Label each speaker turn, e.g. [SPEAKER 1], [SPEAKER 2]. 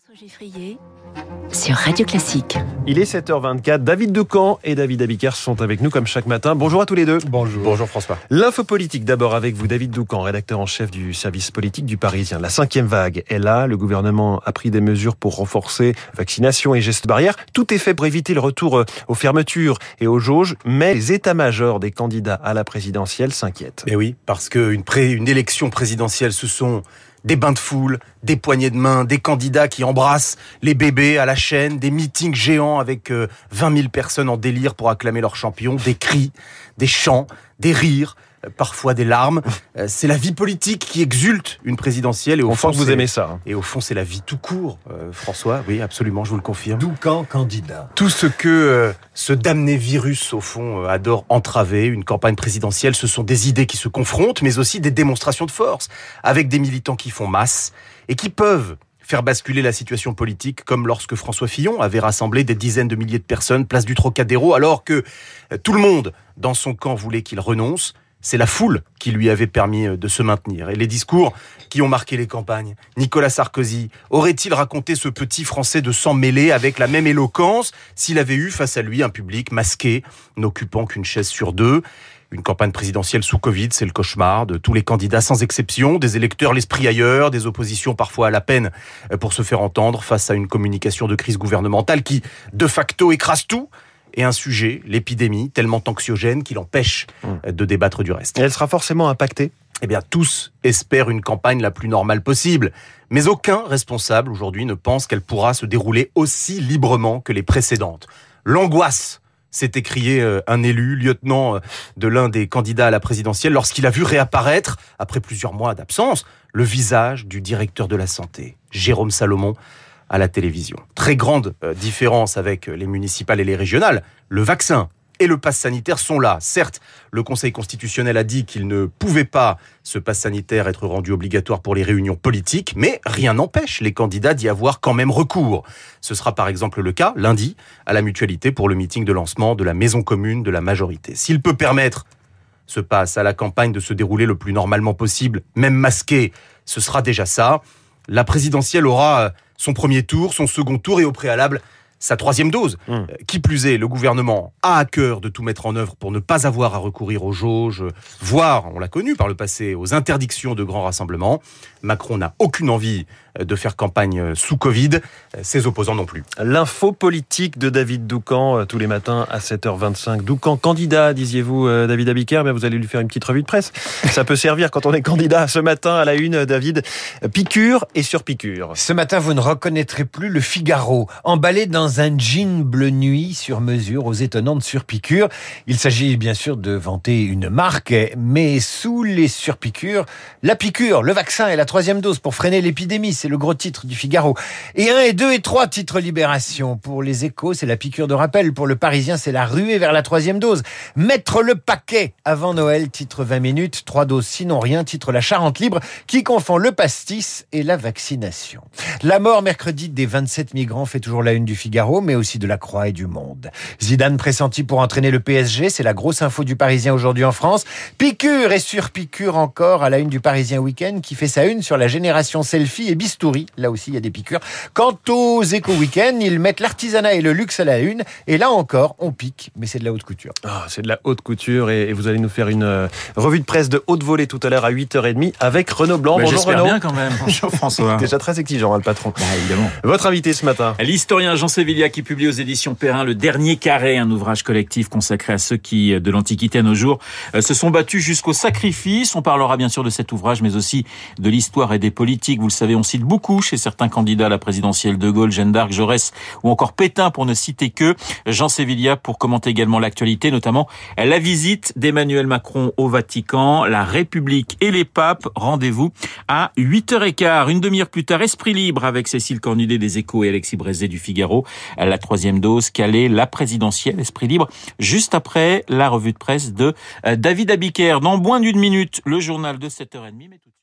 [SPEAKER 1] Geffrier sur Radio Classique.
[SPEAKER 2] Il est 7h24, David Doucan et David Abiker sont avec nous comme chaque matin. Bonjour à tous les deux.
[SPEAKER 3] Bonjour François.
[SPEAKER 2] L'info politique d'abord avec vous, David Doucan, rédacteur en chef du service politique du Parisien. La 5e vague est là, le gouvernement a pris des mesures pour renforcer vaccination et gestes barrières. Tout est fait pour éviter le retour aux fermetures et aux jauges, mais les états-majors des candidats à la présidentielle s'inquiètent.
[SPEAKER 3] Eh oui, parce qu'une élection présidentielle, ce sont des bains de foule, des poignées de main, des candidats qui embrassent les bébés à la chaîne, des meetings géants avec 20 000 personnes en délire pour acclamer leur champion, des cris, des chants, des rires, parfois des larmes. C'est la vie politique qui exulte une présidentielle. Et au fond,
[SPEAKER 2] vous aimez ça.
[SPEAKER 3] Et au fond, c'est la vie tout court, François. Oui, absolument, je vous le confirme.
[SPEAKER 4] Doucan candidat.
[SPEAKER 3] Tout ce que ce damné virus, au fond, adore entraver, une campagne présidentielle, ce sont des idées qui se confrontent, mais aussi des démonstrations de force, avec des militants qui font masse et qui peuvent faire basculer la situation politique, comme lorsque François Fillon avait rassemblé des dizaines de milliers de personnes place du Trocadéro, alors que tout le monde dans son camp voulait qu'il renonce. C'est la foule qui lui avait permis de se maintenir. Et les discours qui ont marqué les campagnes. Nicolas Sarkozy aurait-il raconté ce petit Français de sang mêlé avec la même éloquence s'il avait eu face à lui un public masqué, n'occupant qu'une chaise sur deux? Une campagne présidentielle sous Covid, c'est le cauchemar de tous les candidats sans exception, des électeurs l'esprit ailleurs, des oppositions parfois à la peine pour se faire entendre face à une communication de crise gouvernementale qui, de facto, écrase tout. Et un sujet, l'épidémie, tellement anxiogène qu'il empêche de débattre du reste.
[SPEAKER 2] Et elle sera forcément impactée ?
[SPEAKER 3] Eh bien, tous espèrent une campagne la plus normale possible. Mais aucun responsable aujourd'hui ne pense qu'elle pourra se dérouler aussi librement que les précédentes. L'angoisse, s'est écrié un élu, lieutenant de l'un des candidats à la présidentielle, lorsqu'il a vu réapparaître, après plusieurs mois d'absence, le visage du directeur de la santé, Jérôme Salomon, à la télévision. Très grande différence avec les municipales et les régionales. Le vaccin et le pass sanitaire sont là. Certes, le Conseil constitutionnel a dit qu'il ne pouvait pas, ce pass sanitaire, être rendu obligatoire pour les réunions politiques, mais rien n'empêche les candidats d'y avoir quand même recours. Ce sera par exemple le cas, lundi, à la Mutualité pour le meeting de lancement de la maison commune de la majorité. S'il peut permettre, ce pass, à la campagne de se dérouler le plus normalement possible, même masqué, ce sera déjà ça. La présidentielle aura son premier tour, son second tour et au préalable, sa 3e dose. Qui plus est, le gouvernement a à cœur de tout mettre en œuvre pour ne pas avoir à recourir aux jauges, voire, on l'a connu par le passé, aux interdictions de grands rassemblements. Macron n'a aucune envie de faire campagne sous Covid, ses opposants non plus.
[SPEAKER 2] L'info politique de David Doucan, tous les matins à 7h25. Doucan candidat, disiez-vous, David Abiker, vous allez lui faire une petite revue de presse. Ça peut servir quand on est candidat. Ce matin, à la une, David, piqûre et surpiqûre.
[SPEAKER 4] Ce matin, vous ne reconnaîtrez plus le Figaro, emballé dans un jean bleu nuit sur mesure aux étonnantes surpiqûres. Il s'agit bien sûr de vanter une marque, mais sous les surpiqûres, la piqûre, le vaccin et la 3e dose pour freiner l'épidémie, c'est le gros titre du Figaro. Et 1 et 2 et 3 titres Libération. Pour les Échos, c'est la piqûre de rappel. Pour le Parisien, c'est la ruée vers la 3e dose. Mettre le paquet avant Noël, titre 20 minutes. 3 doses sinon rien, titre La Charente libre, qui confond le pastis et la vaccination. La mort mercredi des 27 migrants fait toujours la une du Figaro, mais aussi de la Croix et du Monde. Zidane pressenti pour entraîner le PSG, c'est la grosse info du Parisien aujourd'hui en France. Piqûre et surpiqûre encore à la une du Parisien Week-end, qui fait sa une sur la génération selfie et bistouri. Là aussi, il y a des piqûres. Quant aux Échos Week-end, ils mettent l'artisanat et le luxe à la une. Et là encore, on pique, mais c'est de la haute couture.
[SPEAKER 2] C'est de la haute couture et vous allez nous faire une revue de presse de haute volée tout à l'heure à 8h30 avec Renaud Blanc. Bonjour
[SPEAKER 5] j'espère
[SPEAKER 2] Renaud.
[SPEAKER 5] Bien quand même. Bonjour François.
[SPEAKER 2] Déjà très exigeant, le patron.
[SPEAKER 5] Évidemment.
[SPEAKER 2] Votre invité ce matin.
[SPEAKER 5] L'historien Jean Sévillia qui publie aux éditions Perrin Le Dernier Carré, un ouvrage collectif consacré à ceux qui, de l'Antiquité à nos jours, se sont battus jusqu'au sacrifice. On parlera bien sûr de cet ouvrage, mais aussi de l'histoire et des politiques. Vous le savez, on cite beaucoup chez certains candidats à la présidentielle, De Gaulle, Jeanne d'Arc, Jaurès ou encore Pétain pour ne citer que. Jean Sévillia pour commenter également l'actualité, notamment la visite d'Emmanuel Macron au Vatican, la République et les papes. Rendez-vous à 8h15. Une demi-heure plus tard, Esprit libre avec Cécile Cornudet des Échos et Alexis Brézé du Figaro. La 3e dose, calée, la présidentielle, Esprit libre, juste après la revue de presse de David Abiker. Dans moins d'une minute, le journal de 7h30. Mais tout de suite.